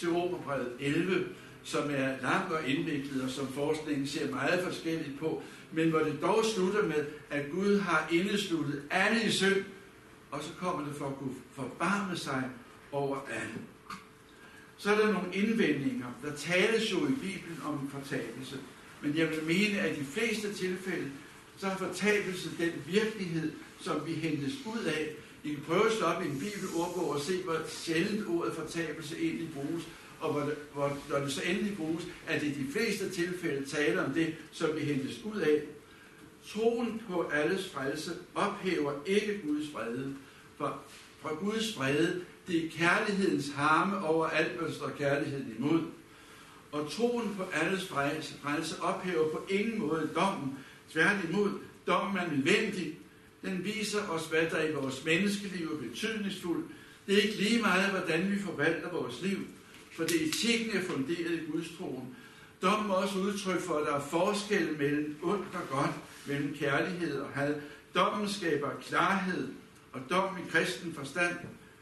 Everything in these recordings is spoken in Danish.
til Romerbrevet 11, som er lang og indviklet, og som forskningen ser meget forskelligt på, men hvor det dog slutter med, at Gud har indesluttet alle i synd, og så kommer det for at kunne forbarme sig over alle. Så er der nogle indvendinger. Der tales jo i Bibelen om fortabelse, men jeg vil mene, at i de fleste tilfælde, så er fortabelse den virkelighed, som vi hentes ud af. I kan prøve at slå op i en bibelordbog og se, hvor sjældent ordet fortabelse egentlig bruges, og når det så endelig bruges, at det i de fleste tilfælde taler om det, som vi hentes ud af. Troen på alles frelse ophæver ikke Guds vrede, for fra Guds vrede, det er kærlighedens harme over alt, hvad der står kærligheden imod. Og troen på alles frelse ophæver på ingen måde dommen. Tværtimod, dommen er nødvendig. Den viser os, hvad der i vores menneskeliv er betydningsfuldt. Det er ikke lige meget, hvordan vi forvalter vores liv, for det etikken er funderet i Guds troen. Dommen er også udtryk for, at der er forskel mellem ondt og godt, mellem kærlighed og had. Dommen skaber klarhed, og dommen i kristen forstand,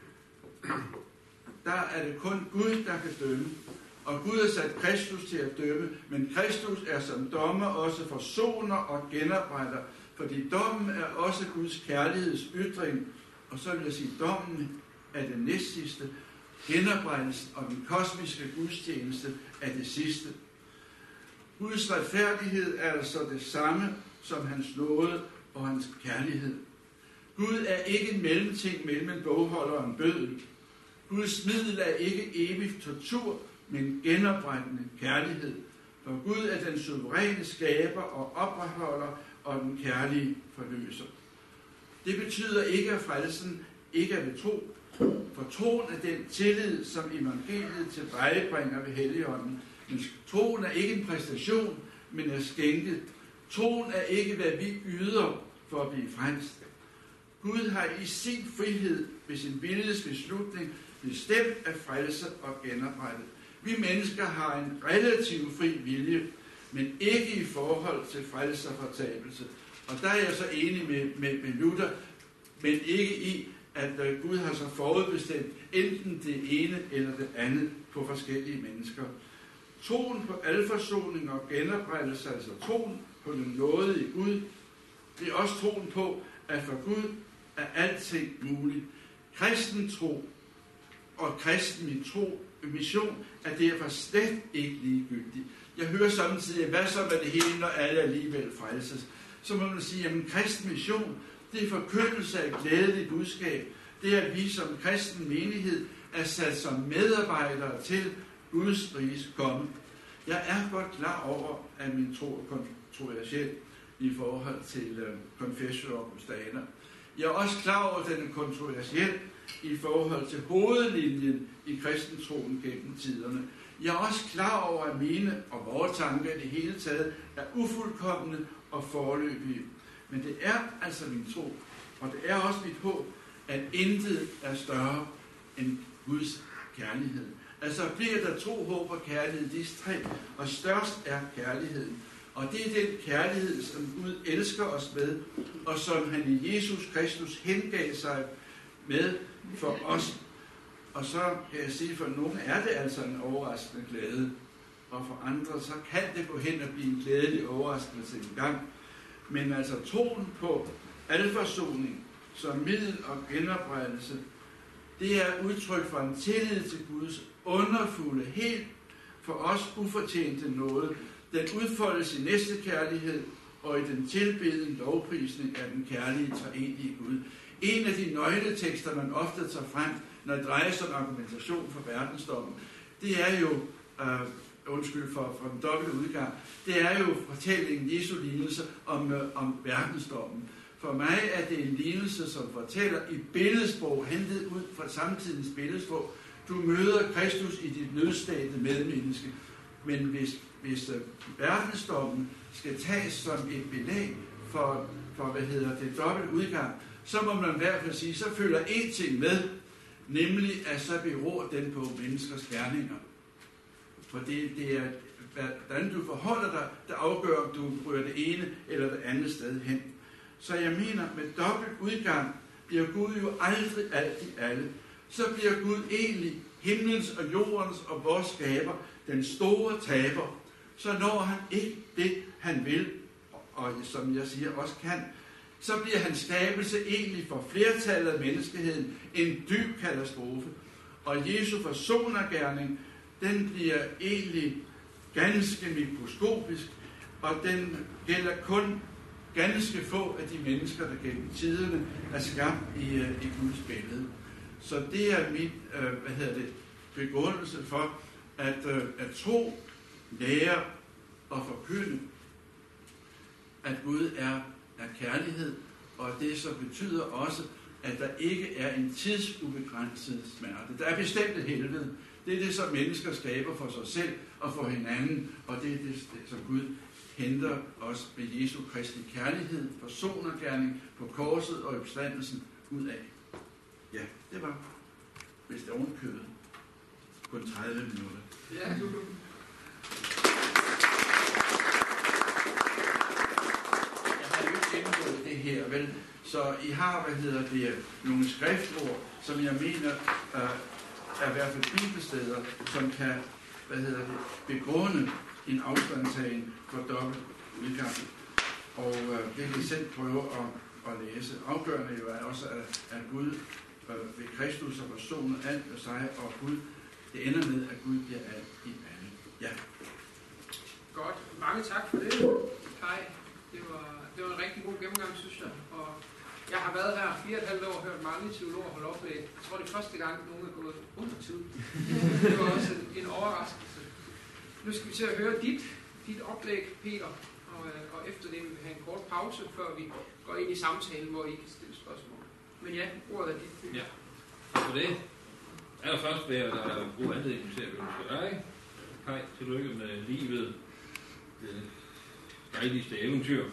der er det kun Gud, der kan dømme. Og Gud har sat Kristus til at dømme, men Kristus er som dommer også forsoner og genopretter, fordi dommen er også Guds kærlighedsytring. Og så vil jeg sige, dommen er det næstsidste, genoprettelsen og den kosmiske gudstjeneste er det sidste. Guds retfærdighed er altså det samme som hans nåde og hans kærlighed. Gud er ikke en mellemting mellem en bogholder og en bøddel. Guds middel er ikke evig tortur, men genoprettende kærlighed. For Gud er den suveræne skaber og opretholder og den kærlige forløser. Det betyder ikke, at frelsen ikke er ved tro. For troen er den tillid, som evangeliet tilvejebringer ved Helligånden. Men troen er ikke en præstation, men er skænket. Troen er ikke, hvad vi yder for at blive frelst. Gud har i sin frihed ved sin viljes beslutning bestemt at frelse og genoprette. Vi mennesker har en relativt fri vilje, men ikke i forhold til frelse og fortabelse. Og der er jeg så enig med Luther, men ikke i, at Gud har så forudbestemt enten det ene eller det andet på forskellige mennesker. Troen på alforsoning og genoprettelse, altså troen på den nåde i Gud, det er også troen på, at for Gud er alting muligt. Kristen tro og kristen mission er derfor slet ikke ligegyldig. Jeg hører samtidig, hvad så med det hele, når alle alligevel frelses? Så må man sige, at kristen mission, det er forkyndelse af glædelig budskab. Det er, at vi som kristen menighed er sat som medarbejdere til Guds riges komme. Jeg er godt klar over, at min tro er kontroversiel i forhold til Confessio Augustana. Jeg er også klar over, at den er kontroversiel i forhold til hovedlinjen i kristentroen gennem tiderne. Jeg er også klar over, at mine og vores tanker i det hele taget er ufuldkomne og foreløbige. Men det er altså min tro, og det er også mit håb, at intet er større end Guds kærlighed. Altså bliver der tro, håb og kærlighed, disse tre, og størst er kærligheden. Og det er den kærlighed, som Gud elsker os med, og som han i Jesus Kristus hengav sig med for os. Og så kan jeg sige, for nogle er det altså en overraskende glæde, og for andre så kan det gå hen og blive en glædelig overraskelse en gang. Men altså troen på alforsoning som middel og genoprettelse, det er udtryk for en tillid til Guds underfulde, helt for os ufortjente nåde. Den udfoldes i næstekærlighed og i den tilbedende lovprisning af den kærlige treenige Gud. En af de nøgletekster, man ofte tager frem, når det drejer sig om argumentation for verdensdommen, det er jo, for den dobbelte udgang, det er jo fortællingen Jesu lignelse om verdensdommen. For mig er det en lignelse, som fortæller i billedsprog, hentet ud fra samtidens billedsprog. Du møder Kristus i dit nødstadte medmenneske, men hvis verdensdommen skal tages som et belæg for det dobbelt udgang, så må man i hvert fald sige, så følger én ting med, nemlig at så beror den på menneskers gerninger. For det er, hvordan du forholder dig, der afgør, om du rører det ene eller det andet sted hen. Så jeg mener, med dobbelt udgang bliver Gud jo aldrig alt i alle. Så bliver Gud egentlig himlens og jordens og vores skaber, den store taber, så når han ikke det, han vil, og som jeg siger også kan, så bliver hans skabelse egentlig for flertallet af menneskeheden en dyb katastrofe. Og Jesu forsonergerning, den bliver egentlig ganske mikroskopisk, og den gælder kun ganske få af de mennesker, der gennem tiderne er skabt i Guds billede. Så det er min begrundelse for at tro, lære og forkynde, at Gud er kærlighed, og det så betyder også, at der ikke er en tidsubegrænset smerte. Der er bestemt et helvede. Det er det, som mennesker skaber for sig selv og for hinanden, og det er det, som Gud henter os med Jesu Kristi kærlighed, forsonergerning på korset og opstandelsen ud af. Ja, det var vist ovenkøbet. Kun 30 minutter. Ja. Jeg har jo ikke gennemgået det her, vel? Så I har, nogle skriftord, som jeg mener er i hvert fald bibelsteder, som kan, begrunde en afstandtagen for dobbelt udgang. Og det kan I selv prøve at læse. Afgørende jo er også, at Gud ved Kristus og forsoner alt af sig, og Gud, det ender med, at Gud bliver alt i alle. Ja. Godt. Mange tak for det, Kai. Det var en rigtig god gennemgang, synes jeg. Og jeg har været her 4,5 år og hørt mange teologer holde oplæg. Jeg tror, det er første gang, nogen er gået under tid. Det var også en overraskelse. Nu skal vi til at høre dit oplæg, Peter. Og efter det vil vi have en kort pause, før vi går ind i samtalen, hvor I kan stille spørgsmål. Men ja, ordet er dit. Ja, tak for det. Allerførst vil jeg bruge anledningen til at ønske dig, Kai, tillykke med livet. Det dejligste eventyr.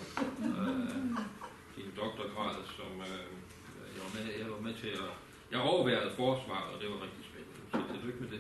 Din doktorgrad, som jeg var med til at... Jeg overværede forsvaret, og det var rigtig spændende. Så tillykke med det.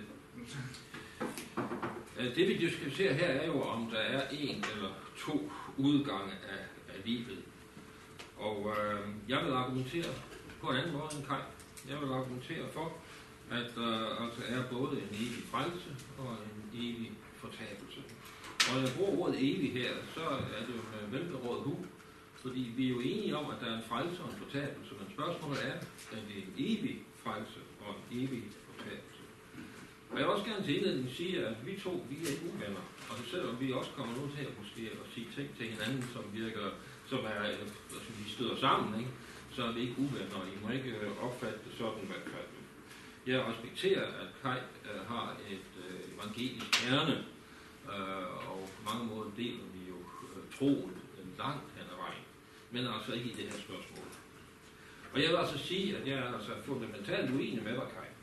Det vi diskuterer her er jo, om der er en eller to udgange af livet. Og jeg vil argumentere på en anden måde end Kai. Jeg vil argumentere for, at der altså er både en evig frelse og en evig fortabelse. Og når jeg bruger ordet evig her, så er det jo med velberådet hu, fordi vi er jo enige om, at der er en frelse og en fortabelse, men spørgsmålet er, at det er en evig frelse og en evig fortabelse. Og jeg vil også gerne til indledning sige, at vi to, vi er ikke uvenner. Og selvom vi også kommer nu til at måske at sige ting til hinanden, som virker, som vi støder sammen, ikke? Så er vi ikke uvenner, og I må ikke opfatte det sådan i hvert fald. Jeg respekterer, at Kai har et evangelisk kerne, og på mange måder deler vi jo troen langt hen ad vejen, men altså ikke i det her spørgsmål. Og jeg vil altså sige, at jeg er altså fundamentalt uenig med dig, Kai.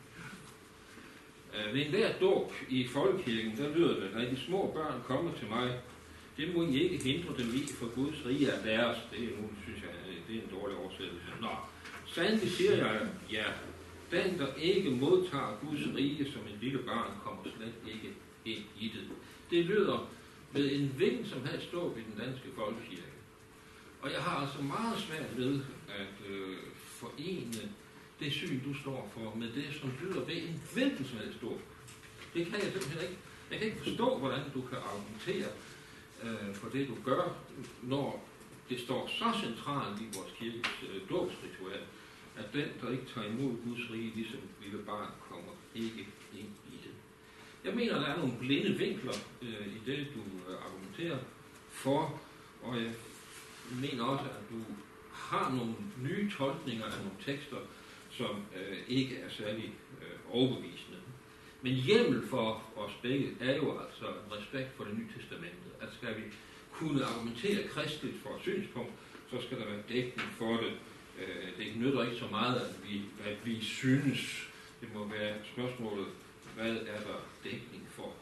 Ved enhver dåb i folkekirken, der lyder det, når de små børn kommer til mig, det må I ikke hindre dem i, for Guds rige er deres. Det er nu, synes jeg, det er en dårlig oversættelse. Nå, sandelig siger jeg, ja, den, der ikke modtager Guds rige som en lille barn, kommer slet ikke ind i det. Det lyder med en vind, som helst stå ved den danske folkekirke. Og jeg har altså meget svært ved at forene det syn, du står for, med det, som lyder ved en hvilken som helst stå. Det kan jeg simpelthen ikke. Jeg kan ikke forstå, hvordan du kan argumentere for det, du gør, når det står så centralt i vores kirkes dåbsritual, at den, der ikke tager imod Guds rige, ligesom et lille barn, kommer ikke ind i det. Jeg mener, der er nogle blinde vinkler i det, du argumenterer for, og jeg mener også, at du har nogle nye tolkninger af nogle tekster, som ikke er særlig overbevisende. Men hjemmel for os begge er jo altså respekt for det nye testamente. At skal vi kunne argumentere kristeligt for et synspunkt, så skal der være dækning for det. Det nytter ikke så meget, at vi synes. Det må være spørgsmålet, hvad er der dækning for?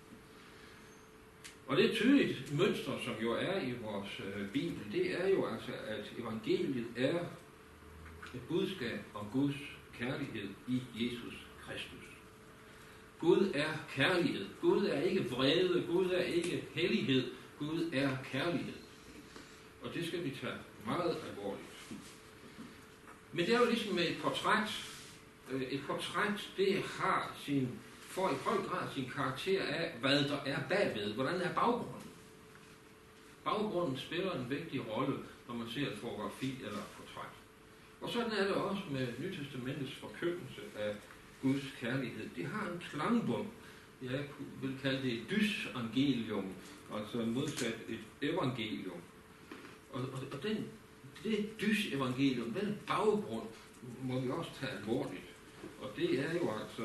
Og det er tydeligt mønster, som jo er i vores Bibel, det er jo altså, at evangeliet er et budskab om Guds kærlighed i Jesus Kristus. Gud er kærlighed. Gud er ikke vrede. Gud er ikke hellighed. Gud er kærlighed. Og det skal vi tage meget alvorligt. Men det er jo ligesom med et portræt. et portræt, det får i høj grad sin karakter af, hvad der er bagved. Hvordan er baggrunden? Baggrunden spiller en vigtig rolle, når man ser et fotografi eller et portræt. Og sådan er det også med Nytestamentets forkyndelse af Guds kærlighed. Det har en klangbund. Jeg vil kalde det et dysangelium, altså modsat et evangelium. Og det dysevangelium, den baggrund, må vi også tage alvorligt. Og det er jo altså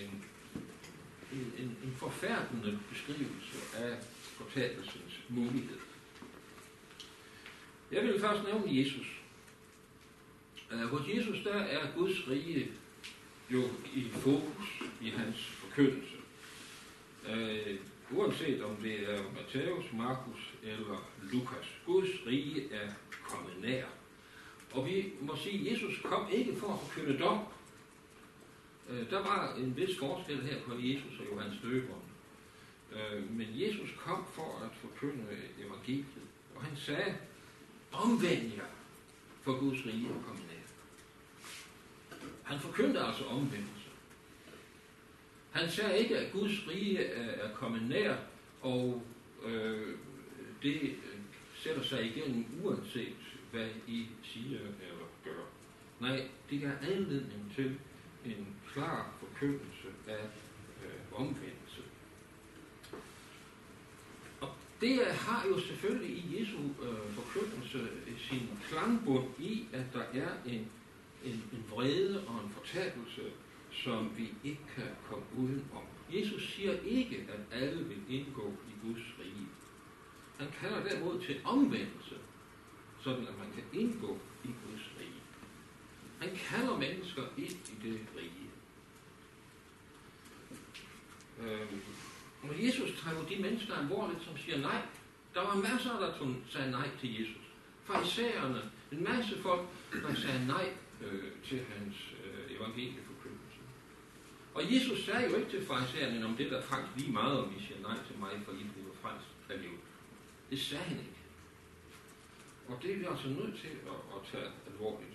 en forfærdende beskrivelse af fortabelsens mulighed. Jeg vil først nævne Jesus. Hos Jesus, der er Guds rige jo i fokus i hans forkyndelse. Uanset om det er Matthæus, Markus eller Lukas. Guds rige er kommet nær. Og vi må sige, at Jesus kom ikke for at forkynde dom. Der var en vis forskel her på Jesus og Johannes Døberen. Men Jesus kom for at forkynde evangeliet. Og han sagde, omvend jer, for Guds rige er kommet nær. Han forkyndte altså omvendelse. Han sagde ikke, at Guds rige er kommet nær, og det sætter sig igennem uanset hvad I siger eller gør. Nej, det er anledning til en klar forkyndelse af omvendelse. Og det har jo selvfølgelig i Jesu forkyndelse sin klangbund i, at der er en vrede og en fortabelse, som vi ikke kan komme udenom. Jesus siger ikke, at alle vil indgå i Guds rige. Han kalder derimod til omvendelse, sådan at man kan indgå i Guds rige. Han kalder mennesker ind i det rige. Og Jesus tager jo de mennesker alvorligt, som siger nej. Der var masser, der sagde nej til Jesus. Farisæerne, en masse folk, der sagde nej til hans evangelieforkyndelse. Og Jesus sagde jo ikke til farisæerne, om det der faktisk lige meget, om I siger nej til mig, for I bliver frelst af livet. Det sagde han ikke. Og det er vi altså nødt til at tage alvorligt.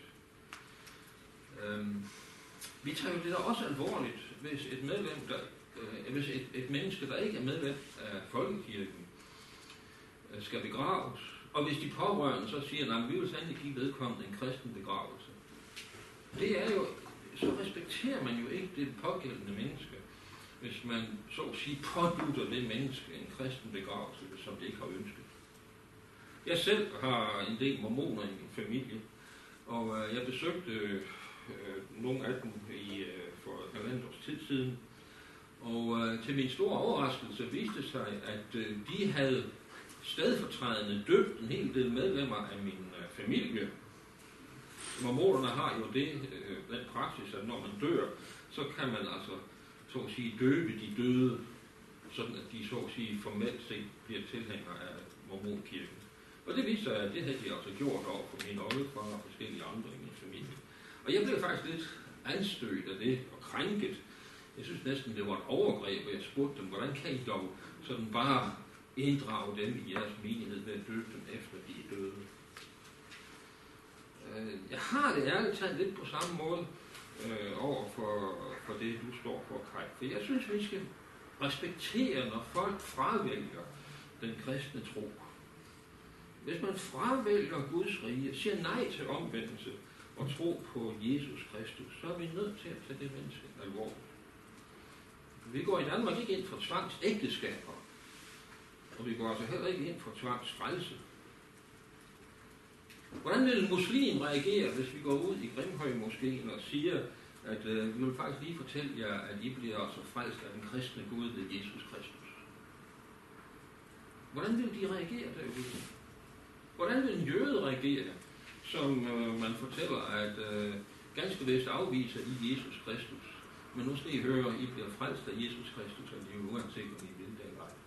Vi tager jo det der også alvorligt, hvis et medlem, hvis et menneske, der ikke er medlem af folkekirken, skal begraves. Og hvis de pårørende så siger, at vi vil sandelig give vedkommende en kristen begravelse. Det er jo, så respekterer man jo ikke det pågældende menneske, hvis man så at sige pådutter det menneske en kristen begravelse, som det ikke har ønsket. Jeg selv har en del mormoner i min familie, og jeg besøgte nogle af dem for et års tid siden. Og til min store overraskelse viste sig, at de havde stedfortrædende døbt en hel del medlemmer af min familie. Mormonerne har jo den praksis, at når man dør, så kan man altså så at sige døbe de døde, sådan at de så at sige formelt set bliver tilhængere af mormonkirken. Og det viser sig, at det havde de altså gjort over for mine oldefar og forskellige andre i min familie. Og jeg blev faktisk lidt anstødt af det og krænket. Jeg synes næsten, det var et overgreb, og jeg spurgte dem, hvordan kan I dog sådan bare inddrage dem i jeres menighed ved at døbe dem efter de er døde? Jeg har det ærligt talt lidt på samme måde over for det, du står for, Kai. For jeg synes, vi skal respektere, når folk fravælger den kristne tro. Hvis man fravælger Guds rige, siger nej til omvendelse og tro på Jesus Kristus, så er vi nødt til at tage det menneske alvorligt. Vi går i Danmark ikke ind for tvangsægteskaber, og vi går altså heller ikke ind for tvangsfrelse. Hvordan vil en muslim reagere, hvis vi går ud i Grimhøjmoskeen og siger, at vi vil faktisk lige fortælle jer, at I bliver altså frelst af den kristne Gud ved Jesus Kristus? Hvordan vil de reagere derude? Hvordan vil en jøde reagere, som man fortæller, at ganske vist afviser I Jesus Kristus, men nu skal I høre, at I bliver frelst af Jesus Kristus, og det er jo uanset, om I vil det eller ej.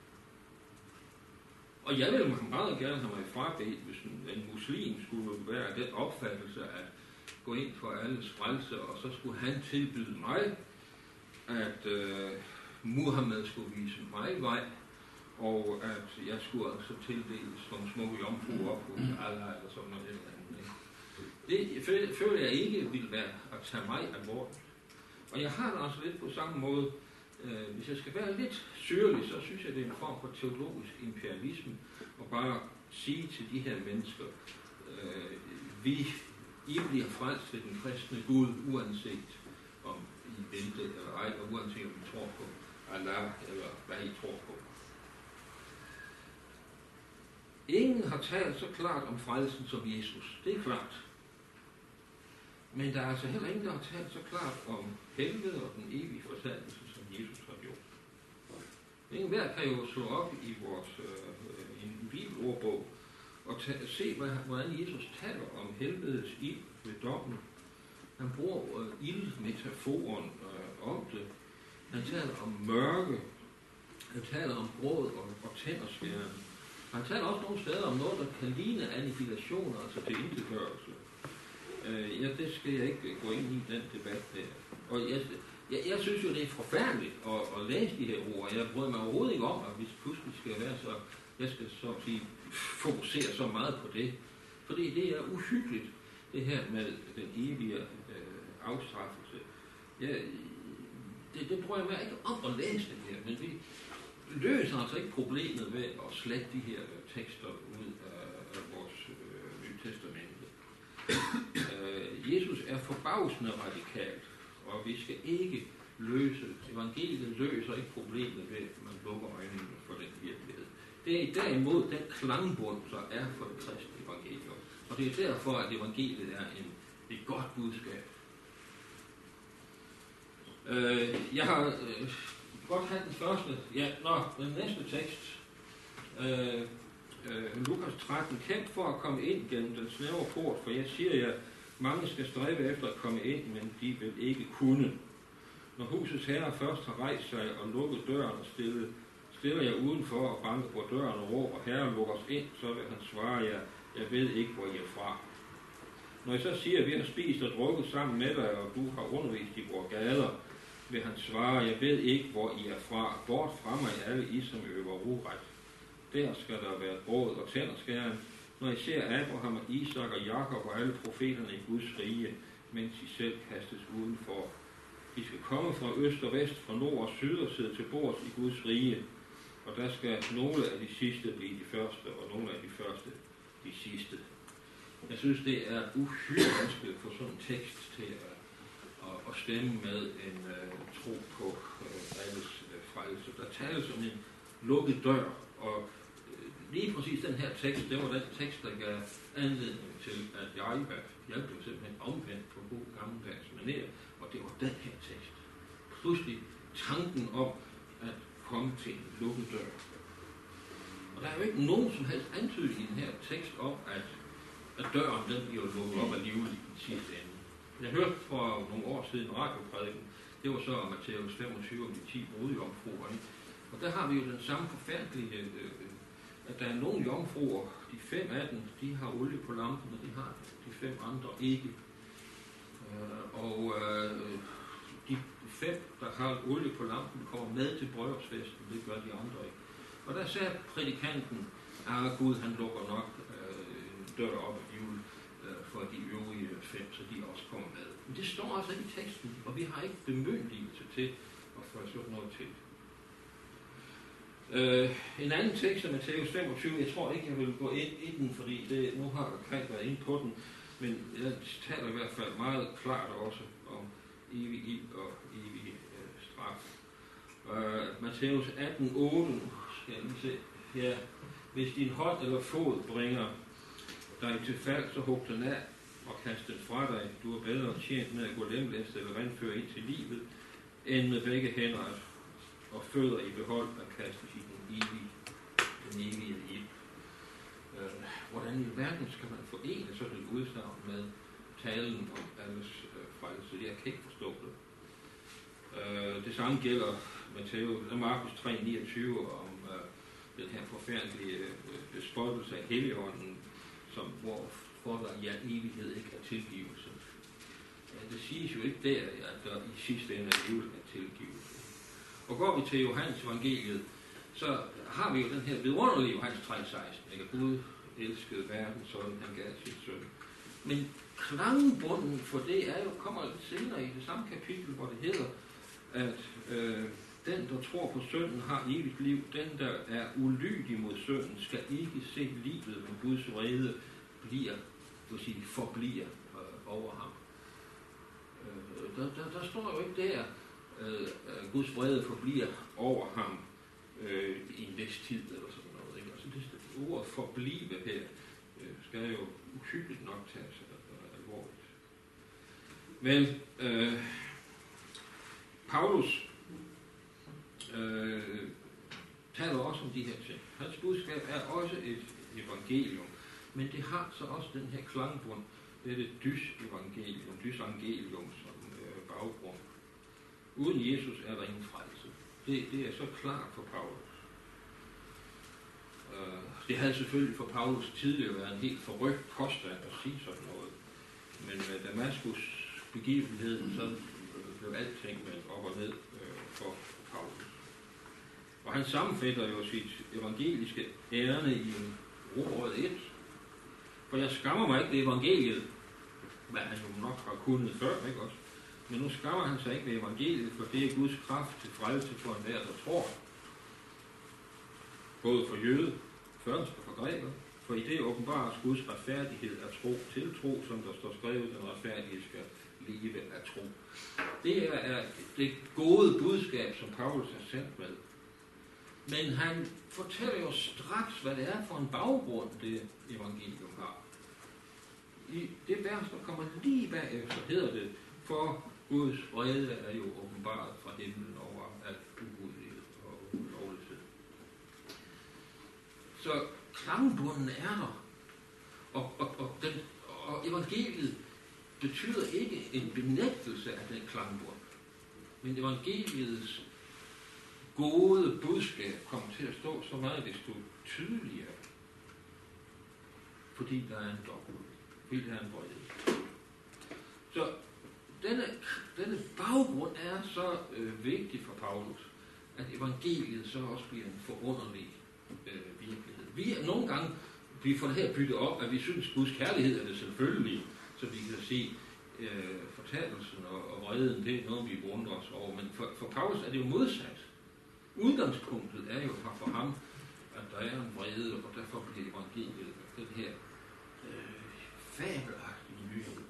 Og jeg vil meget gerne have mig frabedt, hvis en muslim skulle være den opfattelse at gå ind for alles frelse, og så skulle han tilbyde mig, at Muhammed skulle vise mig vej, og at jeg skulle altså tildeles nogle smukke jomfruer op hos Allah eller sådan noget eller andet. Det føler jeg ikke vil være at tage mig alvorligt. Og jeg har det også lidt på samme måde. Hvis jeg skal være lidt syrlig, så synes jeg, det er en form for teologisk imperialisme og bare sige til de her mennesker, I bliver frelst ved den kristne Gud, uanset om I venter eller ej, og uanset om I tror på Allah eller hvad I tror på. Ingen har talt så klart om frelsen som Jesus. Det er klart. Men der er altså heller ingen, der har talt så klart om helvede og den evige fortagelse, som Jesus har gjort. Ingen hver kan jo slå op i vores en bibelordbog og se, hvordan Jesus taler om helvedes ild ved dommen. Han bruger ildmetaforen om det. Han taler om mørke. Han taler om gråd og tænderskæren. Han taler også nogle steder om noget, der kan ligne annihilationer, altså til intetgørelse. Det skal jeg ikke gå ind i den debat der. Og jeg synes jo, det er forfærdeligt at læse de her ord. Jeg bryder mig overhovedet ikke om, at hvis pludselig skal være så, jeg skal så at sige, fokusere så meget på det. Fordi det er uhyggeligt, det her med den evige afstraffelse. Det bryder jeg mig ikke om at læse det her, men vi løser altså ikke problemet ved at slette de her tekster ud af vores Nye Testamente. Jesus er forbavsende radikalt, og vi skal ikke løse, evangeliet løser ikke problemet ved, at man lukker øjnene for den virkelighed. Det er derimod den klangbund, der er for det kristne evangelium. Og det er derfor, at evangeliet er et godt budskab. Jeg har godt have den første. Den næste tekst. Lukas 13. Kæmp for at komme ind gennem den snævre port, for jeg siger jer, mange skal stræbe efter at komme ind, men de vil ikke kunne. Når husets herre først har rejst sig og lukket døren og stiller jeg udenfor og banker på døren og råber, herre, luk os ind, så vil han svare jer, jeg ved ikke, hvor I er fra. Når jeg så siger, at vi har spist og drukket sammen med dig, og du har undervist i vores gader, vil han svare, jeg ved ikke, hvor I er fra. Bort fra mig alle I, som øver uret. Der skal der være gråd og tænderskæren, når I ser Abraham og Isak og Jakob og alle profeterne i Guds rige, mens I selv kastes udenfor. De skal komme fra øst og vest, fra nord og syd og sidde til bords i Guds rige, og der skal nogle af de sidste blive de første, og nogle af de første de sidste. Jeg synes, det er uhyre vanskeligt for sådan en tekst til at stemme med en tro på alles frelse. Der tales om en lukket dør, og lige præcis den her tekst, det var den tekst, der gav anledning til, at jeg blev simpelthen omvendt på god gammeldags manér, og det var den her tekst. Pludselig tanken om at komme til en lukket dør. Og der er jo ikke nogen som helst antydning i den her tekst om, at døren den bliver lukket op alligevel i den sidste ende. Jeg hørte for nogle år siden radioprædiken, det var så om Matthæus 25 om de 10 brudjomfruer. Og der har vi jo den samme forfærdelige, at der er nogle jomfruer, de 5 af dem, de har olie på lampen, og de har de 5 andre ikke. De 5, der har olie på lampen, kommer med til bryllupsfesten, det gør de andre ikke. Og der sagde prædikanten, at Gud han lukker nok en dør op af jul for de øvrige 5, så de også kommer med. Men det står altså ikke i teksten, og vi har ikke bemyndigelse til at få sådan noget til. En anden tekst af Matthæus 25, jeg tror ikke, jeg vil gå ind i den, fordi nu har jeg været inde på den, men jeg taler i hvert fald meget klart også om evig ild og evig straf. Matthæus 18:8, skal jeg lige se her. Hvis din hånd eller fod bringer dig til fald, så hug den af og kast den fra dig. Du er bedre tjent med at gå lemlæst eller vandføre ind til livet, end med begge hænder og fødder i behold at kastes i den evige ild. Hvordan i verden skal man forene sådan et udsagn med talen om alles frelse? Jeg kan ikke forstå det. Det samme gælder Markus 3:29 om den her forfærdelige bespottelse af Helligånden, hvor der i evighed ikke er tilgivelse. Det siges jo ikke der, at der i sidste ende alligevel er tilgivelse. Og går vi til Johannes evangeliet, så har vi jo den her vidunderlige Johannes 3:16, ikke? Gud elskede verden, sådan han gav sin søn. Men klangbunden for det er jo, kommer lidt senere i det samme kapitel, hvor det hedder, at den, der tror på sønnen, har evigt liv. Den, der er ulydig mod sønnen, skal ikke se livet, men Guds vrede forbliver over ham. Der står jo ikke der, Guds vrede forbliver over ham i en vis tid, eller sådan noget. Ikke? Altså det ord forblive her, skal jo uhyggeligt nok tages alvorligt. Men Paulus taler også om de her ting. Hans budskab er også et evangelium, men det har så også den her klangbund, det er det dysangelium som baggrund. Uden Jesus er der ingen frelse. Det er så klart for Paulus. Det havde selvfølgelig for Paulus tidligere været en helt forrygt påstand at sige sådan noget. Men med Damaskus-begivenheden, så blev alting vendt op og ned for Paulus. Og han sammenfatter jo sit evangeliske ærne i Romerbrevet 1. For jeg skammer mig ikke ved evangeliet, hvad han jo nok har kunnet før, ikke også? Men nu skammer han sig ikke ved evangeliet, for det er Guds kraft til frelse for enhver, der tror. Både for jøde, først og for græker. For i det åbenbares Guds retfærdighed af tro til tro, som der står skrevet, den retfærdige skal leve af tro. Det er det gode budskab, som Paulus er sendt med. Men han fortæller jo straks, hvad det er for en baggrund, det evangelium har. I det vers, der kommer lige bagefter, hedder det, for Guds vrede er jo åbenbart fra himlen over al ugudelighed og ulovlighed. Så klangbunden er der, og evangeliet betyder ikke en benægtelse af den klangbund, men evangeliets gode budskab kommer til at stå så meget desto tydeligere, fordi der er en dom, fordi der er en vrede. Så denne baggrund er så vigtig for Paulus, at evangeliet så også bliver en forunderlig virkelighed. Vi er nogle gange, vi får det her byttet op, at vi synes, at Guds kærlighed er det selvfølgelige, så vi kan sige, fortabelsen og vreden, det er noget, vi undrer os over. Men for Paulus er det jo modsat. Udgangspunktet er jo for ham, at der er en vrede, og derfor bliver evangeliet den her fabelagtige nyhed.